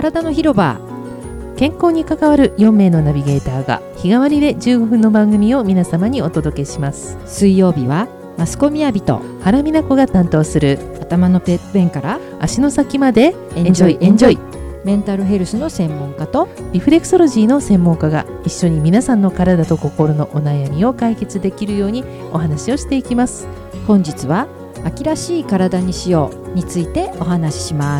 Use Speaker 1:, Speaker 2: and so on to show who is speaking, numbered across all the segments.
Speaker 1: 体の広場。
Speaker 2: 健康に関わる4名のナビゲーターが日替わりで15分の番組を皆様にお届けします。
Speaker 1: 水曜日はマスコミヤビと
Speaker 2: 原美奈子が担当する
Speaker 1: 頭のてっぺんから
Speaker 2: 足の先まで
Speaker 1: エンジョイエンジョイ。メンタルヘルスの専門家と
Speaker 2: リフレクソロジーの専門家が一緒に皆さんの体と心のお悩みを解決できるようにお話をしていきます。
Speaker 1: 本日は秋らしい体にしようについてお話しします。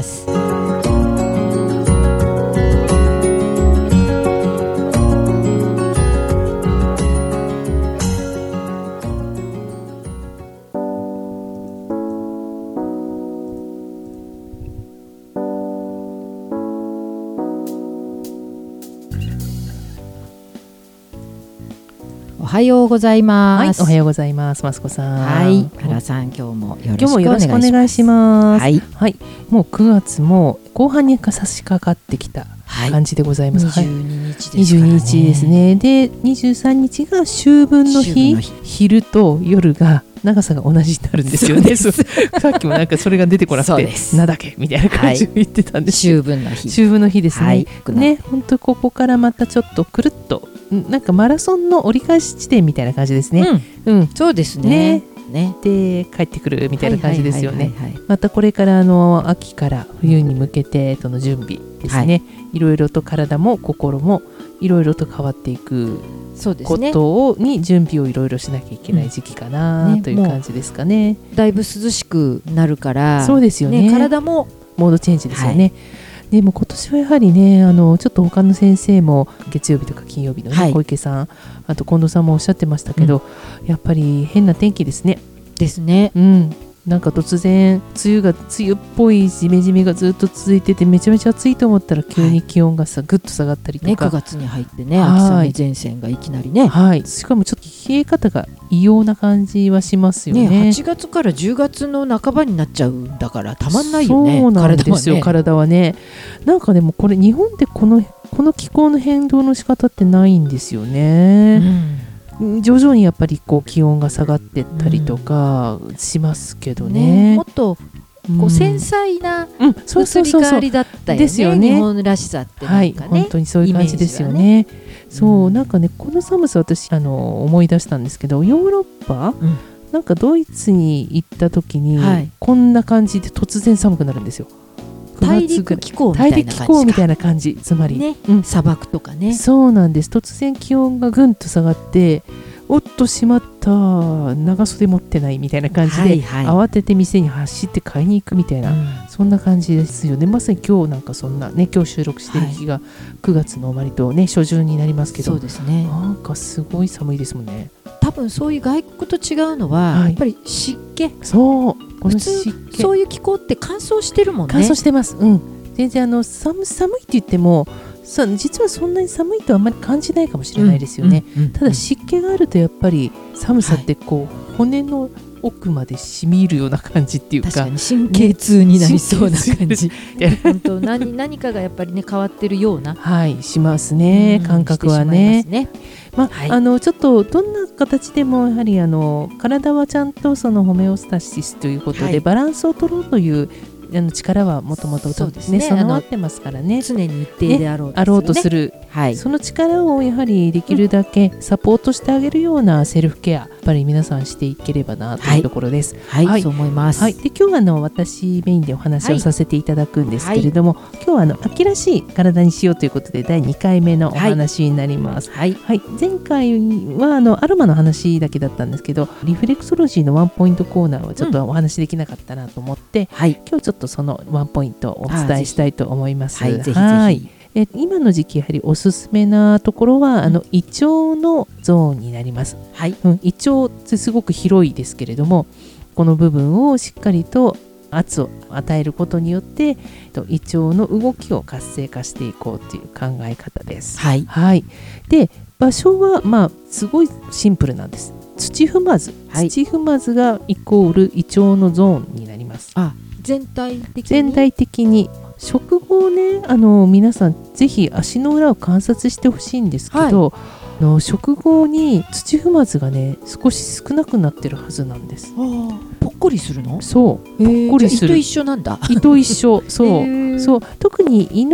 Speaker 1: おはようございます。
Speaker 2: はい、おはようございます。マスコさん。
Speaker 1: はい、原さん、今日もよろしくお願いし
Speaker 2: ます。
Speaker 1: はい、
Speaker 2: はい、もう9月も後半に差し掛かってきた感じでございます。
Speaker 1: 22日ですからね。
Speaker 2: 22日ですね。で、23日が秋分の日、昼と夜が長さが同じになるんですよね。さっきもなんかそれが出てこなくてなだけみたいな感じを言ってたんですよ。
Speaker 1: 秋分の日。
Speaker 2: 秋分の日ですね。
Speaker 1: はい、
Speaker 2: ね、本当ここからまたちょっとくるっとなんかマラソンの折り返し地点みたいな感じですね。
Speaker 1: そうですね。
Speaker 2: で帰ってくるみたいな感じですよね。またこれから秋から冬に向けてその準備ですね。いろいろと体も心もいろいろと変わっていくことに準備をいろいろしなきゃいけない時期かなという感じですかね。
Speaker 1: だいぶ涼しくなるから
Speaker 2: そうですよね。
Speaker 1: 体も
Speaker 2: モードチェンジですよね。でも今年はやはりねちょっと他の先生も月曜日とか金曜日の、小池さんあと近藤さんもおっしゃってましたけど、やっぱり変な天気ですね。
Speaker 1: ですね。
Speaker 2: なんか突然梅雨っぽいジメジメがずっと続いててめちゃめちゃ暑いと思ったら急に気温がぐっと下がったりとか、
Speaker 1: 9月に入ってね、秋雨前線がいきなりね、
Speaker 2: しかもちょっと冷え方が異様な感じはしますよね。
Speaker 1: 8月から10月の半ばになっちゃうんだからたまんないよね。
Speaker 2: そうなんですよ、体はね。なんかでもこれ日本でこの気候の変動の仕方ってないんですよね。徐々にやっぱり気温が下がってったりとかしますけどね。
Speaker 1: もっと繊細な移り変わりだったよね。
Speaker 2: ですよね。
Speaker 1: 日本らしさってなんかね、
Speaker 2: 本当にそういう感じですよね。そうなんかね、この寒さ私思い出したんですけど、ヨーロッパ、なんかドイツに行った時に、こんな感じで突然寒くなるんですよ。
Speaker 1: 大陸気候
Speaker 2: みたいな感じ、つまり、
Speaker 1: 砂漠とかね。
Speaker 2: そうなんです。突然気温がぐんと下がって、おっとしまった、長袖持ってないみたいな感じで、慌てて店に走って買いに行くみたいな、そんな感じですよね。まさに今日なんかそんなね、今日収録してる日が9月の割とね初旬になりますけど、
Speaker 1: そうですね。
Speaker 2: なんかすごい寒いですもんね。
Speaker 1: 多分そういう外国と違うのは、やっぱり湿気。
Speaker 2: そう、この
Speaker 1: 湿気。そういう気候って乾燥してるもんね。
Speaker 2: 乾燥してます。全然寒いって言っても実はそんなに寒いとあんまり感じないかもしれないですよね。ただ湿気があるとやっぱり寒さって骨の奥までしみるような感じっていうか、
Speaker 1: 確かに神経痛になりそうな感じ。本当何かがやっぱりね変わってるような
Speaker 2: しますね。感覚はね。ちょっとどんな形でもやはり体はちゃんとそのホメオスタシスということでバランスを取ろうという力はもともと備わってますからね。
Speaker 1: 常に一定であろ
Speaker 2: うとする、その力をやはりできるだけサポートしてあげるようなセルフケア、やっぱり皆さんしていければなというところです。
Speaker 1: そう思います。
Speaker 2: で今日は私メインでお話をさせていただくんですけれども、今日は秋らしい体にしようということで第2回目のお話になります。前回はアロマの話だけだったんですけど、リフレクソロジーのワンポイントコーナーはちょっとお話できなかったなと思って、今日ちょっとそのワンポイントをお伝えしたいと思います。
Speaker 1: ぜひ
Speaker 2: 今の時期やはりおすすめなところは胃腸のゾーンになります。胃腸ってすごく広いですけれども、この部分をしっかりと圧を与えることによって胃腸の動きを活性化していこうという考え方です。で場所はすごいシンプルなんです。土踏まずがイコール胃腸のゾーンになります。
Speaker 1: 全体
Speaker 2: 的に食後ね、皆さんぜひ足の裏を観察してほしいんですけど、食後に土踏まずがね少し少なくなってるはずなんです。
Speaker 1: ぽっこりするの？
Speaker 2: そう、ぽっこりする。
Speaker 1: 胃と一緒なんだ。
Speaker 2: 胃と一緒。そう特に胃の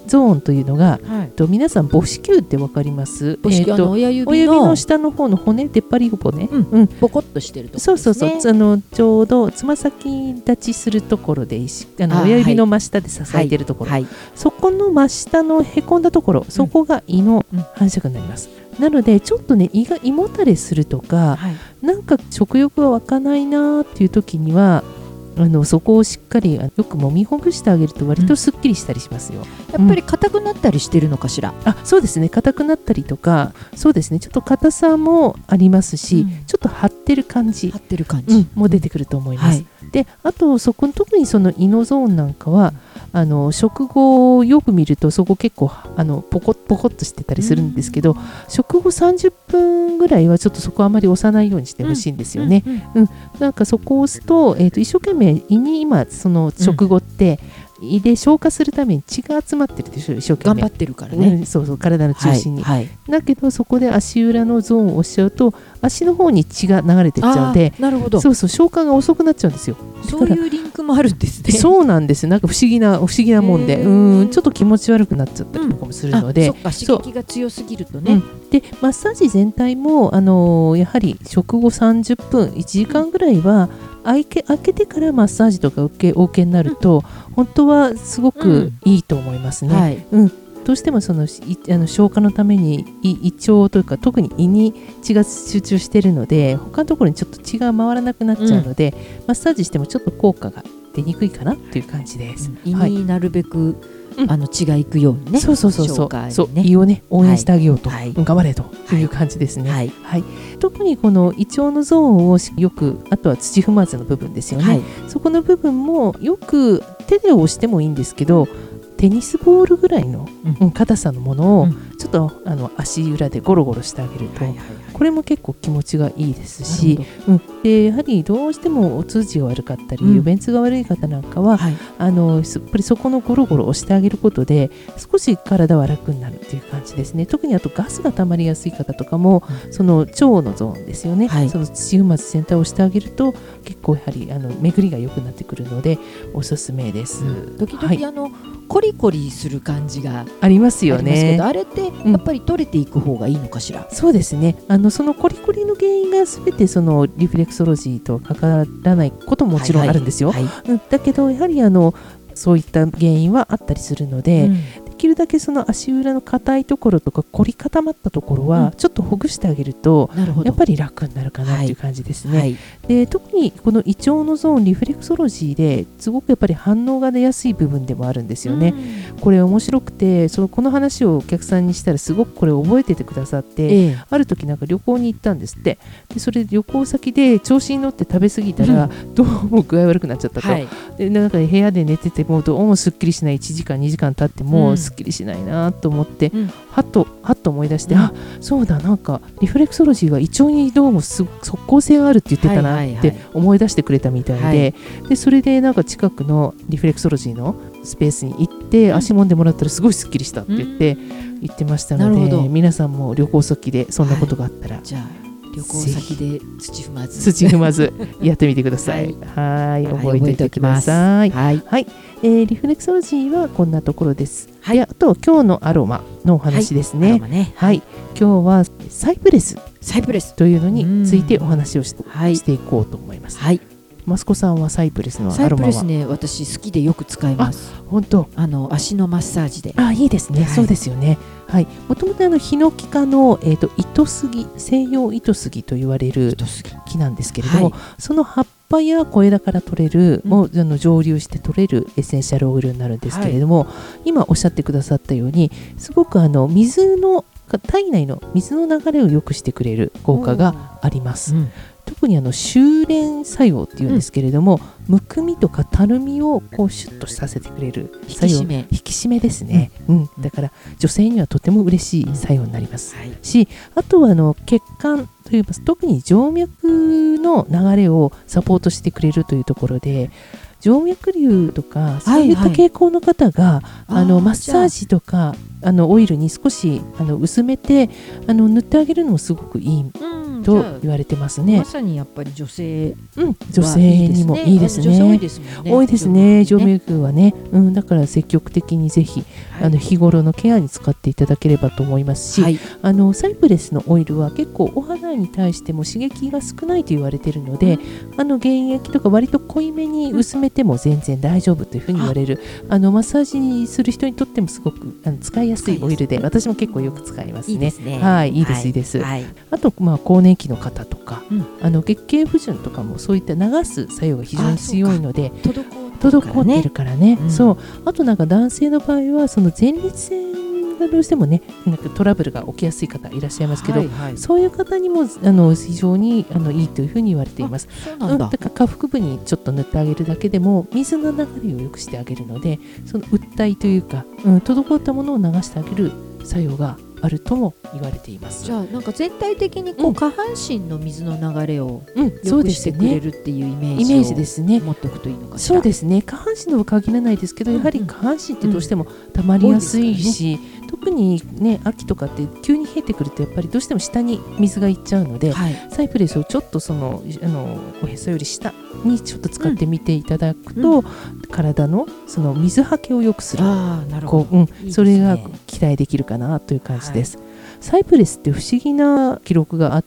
Speaker 2: ゾーンというのが、
Speaker 1: はい、
Speaker 2: 皆さん母子球って分かります？
Speaker 1: 母子球、親指
Speaker 2: の下の方の骨、出っ張り骨、
Speaker 1: ポコッとしてるところですね。
Speaker 2: そうちょうどつま先立ちするところで親指の真下で支えてるところ、そこの真下のへこんだところ、そこが胃の反射区になります。なのでちょっとね、胃が胃もたれするとか、なんか食欲が湧かないなっていう時にはそこをしっかりよく揉みほぐしてあげると割とすっきりしたりしますよ。
Speaker 1: やっぱり硬くなったりしてるのかしら？
Speaker 2: そうですね、硬くなったりとか、そうですね、ちょっと硬さもありますし、ちょっと張ってる感じも出てくると思います。で、あと特にその胃のゾーンなんかは食後をよく見るとそこ結構ポコッとしてたりするんですけど、食後30分ぐらいはちょっとそこあまり押さないようにしてほしいんですよね。なんかそこを押すと、一生懸命胃に今その食後って、胃で消化するために血が集まってるでしょ、一生懸命
Speaker 1: 頑張ってるからね、
Speaker 2: 体の中心に、だけどそこで足裏のゾーンを押しちゃうと足の方に血が流れてっちゃうので、
Speaker 1: なるほど、
Speaker 2: 消化が遅くなっちゃうんですよ。
Speaker 1: そういうリンクもあるんですね。
Speaker 2: そうなんです。なんか不思議なもんで、ちょっと気持ち悪くなっちゃったりとかもするので、
Speaker 1: そっか、刺激が強すぎるとね。
Speaker 2: でマッサージ全体もやはり食後30分1時間ぐらいは開けてからマッサージとかお受けになると、本当はすごくいいと思いますね。どうしても消化のために胃腸というか特に胃に血が集中しているので、他のところにちょっと血が回らなくなっちゃうので、マッサージしてもちょっと効果が出にくいかなという感じです。
Speaker 1: 胃になるべく血が行くようにね、
Speaker 2: 胃をね応援してあげようと、頑張れという感じですね。特にこの胃腸のゾーンをよく、あとは土踏まずの部分ですよね、そこの部分もよく手で押してもいいんですけど、テニスボールぐらいの硬さのものをちょっと足裏でゴロゴロしてあげると、これも結構気持ちがいいですし、でやはりどうしてもお通じが悪かったり、便通が悪い方なんかは、やっぱりそこのゴロゴロ押してあげることで少し体は楽になるっていう感じですね。特にあとガスが溜まりやすい方とかも、その腸のゾーンですよね、その土踏まず全体を押してあげると結構やはり巡りが良くなってくるのでおすすめです。
Speaker 1: 時々コリコリする感じが
Speaker 2: ありますよね。
Speaker 1: あれってやっぱり取れていく方がいいのかしら？
Speaker 2: そうですね、そのコリコリの原因が全てそのリフレクソロジーと関わらないことももちろんあるんですよ。だけどやはりそういった原因はあったりするので、できるだけその足裏の硬いところとか凝り固まったところはちょっとほぐしてあげると、やっぱり楽になるかなという感じですね。で特にこの胃腸のゾーン、リフレクソロジーですごくやっぱり反応が出やすい部分でもあるんですよね。これ面白くて、この話をお客さんにしたらすごくこれ覚えててくださって、ある時なんか旅行に行ったんですって。でそれで旅行先で調子に乗って食べ過ぎたら、どうも具合悪くなっちゃったと、でなんか部屋で寝ててもどうもすっきりしない、1時間2時間経ってもすっきりしないなと思って、はっと思い出して、そうだ、なんかリフレクソロジーは胃腸にどうも即効性があるって言ってたなって思い出してくれたみたいで、でそれでなんか近くのリフレクソロジーのスペースに行って足揉んでもらったらすごいすっきりしたって言ってましたので、皆さんも旅行先でそんなことがあったら、
Speaker 1: じゃあ旅行先で土踏まず
Speaker 2: やってみてください。覚えておいてください。リフレクソロジーはこんなところです。であと今日のアロマのお話ですね。今日はサイプレスというのについてお話をしていこうと思います。マスコさんはサイプレスのアロマは？
Speaker 1: サイプレスね、私好きでよく使います。
Speaker 2: 本当？
Speaker 1: 足のマッサージで。
Speaker 2: いいですね。そうですよね。もともとヒノキ科の糸杉、西洋糸杉と言われる木なんですけれども、その葉っぱや小枝から取れる、蒸留して取れるエッセンシャルオイルになるんですけれども、今おっしゃってくださったようにすごく体内の水の流れを良くしてくれる効果があります。特に修練作用っていうんですけれども、むくみとかたるみをこうシュッとさせてくれる作用、引き締めですね。だから女性にはとても嬉しい作用になりますし、あとは血管といいます、特に静脈の流れをサポートしてくれるというところで、静脈瘤とかそういった傾向の方がマッサージとかオイルに少し薄めて塗ってあげるのもすごくいいと言われてますね。
Speaker 1: まさにやっぱり女性
Speaker 2: にもいいですね。
Speaker 1: 女性多いですもんね。
Speaker 2: 多いですね、常備薬はね、だから積極的にぜひ、日頃のケアに使っていただければと思いますし、サイプレスのオイルは結構お肌に対しても刺激が少ないと言われているので、原液とか割と濃いめに薄めても全然大丈夫というふうに言われる、マッサージする人にとってもすごく使いやすいオイルで、私も結構よく使いますね。いいですね。はい、いいです、いいです。あと更年期の方とか、月経不順とかもそういった流す作用が非常に強いので、滞ってるからね。そう。あと男性の場合はその前立腺がどうしてもね、トラブルが起きやすい方いらっしゃいますけど、そういう方にも非常にいいというふうに言われています。だから下腹部にちょっと塗ってあげるだけでも水の流れを良くしてあげるので、その鬱体というか、滞ったものを流してあげる作用があるとも言われています。
Speaker 1: じゃあ全体的に下半身の水の流れを良くしてくれるっていうイメージですね。持っておくといいのかしら。
Speaker 2: そうですね。下半身のは限らないですけど、やはり下半身ってどうしても溜まりやすいし、特にね、秋とかって急に冷えてくるとやっぱりどうしても下に水がいっちゃうので、サイプレスをちょっとおへそより下にちょっと使ってみていただくと、体のその水はけを良くする、それが期待できるかなという感じです。サイプレスって不思議な記録があって、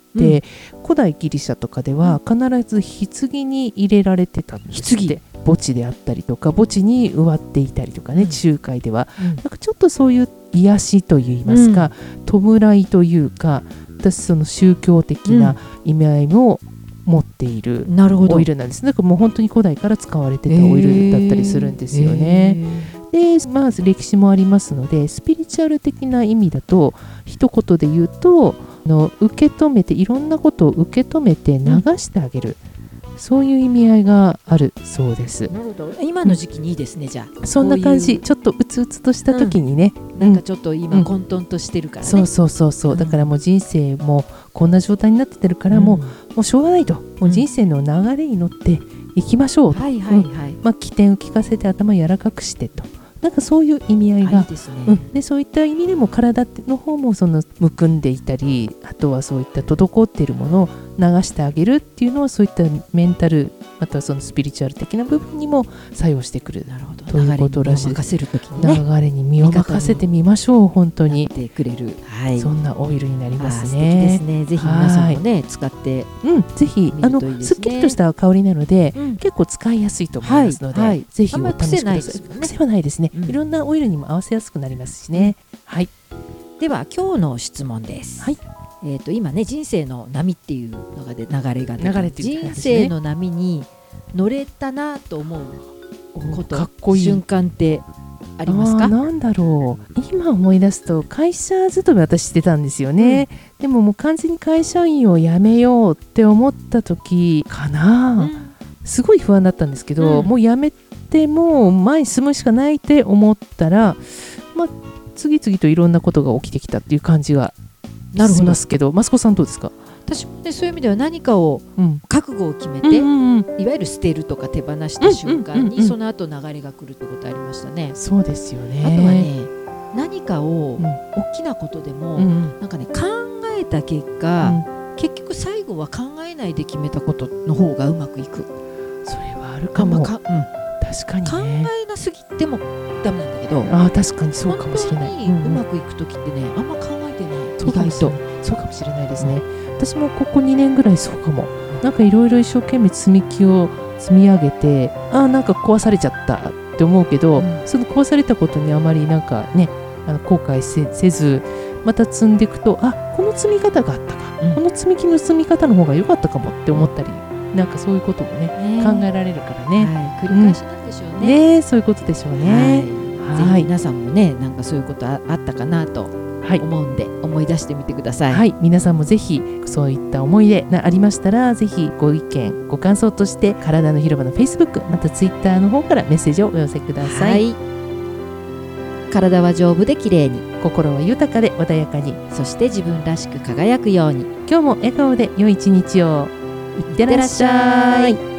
Speaker 2: 古代ギリシャとかでは必ず棺に入れられてたんですって。墓地であったりとか、墓地に植わっていたりとかね、地中海では、なんかちょっとそういう癒しといいますか、弔いというか、私その宗教的な意味合いも持っているオイルなんです。だからもう本当に古代から使われてたオイルだったりするんですよね。でまず歴史もありますので、スピリチュアル的な意味だと一言で言うと、受け止めて、いろんなことを受け止めて流してあげる、そういう意味合いがあるそうです。
Speaker 1: なるほど。今の時期にいいですね。じゃあ
Speaker 2: そんな感じ、ちょっとうつうつとした時にね、
Speaker 1: なんかちょっと今混沌としてるからね。
Speaker 2: そう、だからもう人生もこんな状態になってるから、もうしょうがないと、もう人生の流れに乗っていきましょうと、起点を聞かせて頭柔らかくしてと、なんかそういう意味合いが、でそういった意味でも体の方もむくんでいたり、あとはそういった滞っているものを流してあげるっていうのは、そういったメンタル、またはそのスピリチュアル的な部分にも作用してくるということらしいです。流れに身を任せてみましょう。本当に
Speaker 1: てくれる、
Speaker 2: そんなオイルになりますね。
Speaker 1: 素敵ですね。ぜひ皆さんもね、使って
Speaker 2: ぜひすっきりとした香りなので、結構使いやすいと思いますので、ぜひお試しください。癖はないですね。いろんなオイルにも合わせやすくなりますしね。
Speaker 1: では今日の質問です。今ね、人生の波っていうのがで流れが出て、人生の波に乗れたなと思うこと、かっこいい瞬間ってありますか？
Speaker 2: なんだろう、今思い出すと、会社勤め私してたんですよね。でももう完全に会社員を辞めようって思った時かな、すごい不安だったんですけど、もう辞めてもう前に進むしかないって思ったら、次々といろんなことが起きてきたっていう感じがしますけど、マスコさんどうですか？
Speaker 1: 私もね、そういう意味では何かを覚悟を決めて、いわゆる捨てるとか手放した瞬間に、その後流れが来るってことありましたね。
Speaker 2: そうですよね。
Speaker 1: あとはね、何かを大きなことでも、なんかね、考えた結果、結局最後は考えないで決めたことの方がうまくいく。
Speaker 2: それはあるかも。確かにね。考
Speaker 1: えなすぎてもダメなんだけど、
Speaker 2: 確かにそうかもしれない。
Speaker 1: 本当にうまくいく時ってね、あんま考えてない。意外と
Speaker 2: そうかもしれないですね。私もここ2年ぐらいそうかも。なんかいろいろ一生懸命積み木を積み上げて、なんか壊されちゃったって思うけど、その壊されたことにあまりなんかね、後悔せず、また積んでいくと、この積み方があったか、この積み木の積み方の方が良かったかもって思ったり、なんかそういうこともね、考えられるからね。
Speaker 1: 繰り返しなんでしょうね。
Speaker 2: そういうことでしょうね。
Speaker 1: ぜひ皆さんもね、なんかそういうことあったかなと思うんで、思い出してみてください。
Speaker 2: 皆さんもぜひそういった思い出がありましたら、ぜひご意見ご感想として体の広場の Facebook、 また Twitter の方からメッセージをお寄せください。
Speaker 1: 体は丈夫で綺麗に、
Speaker 2: 心は豊かで穏やかに、
Speaker 1: そして自分らしく輝くように。
Speaker 2: 今日も笑顔で良い一日を。いってらっしゃい。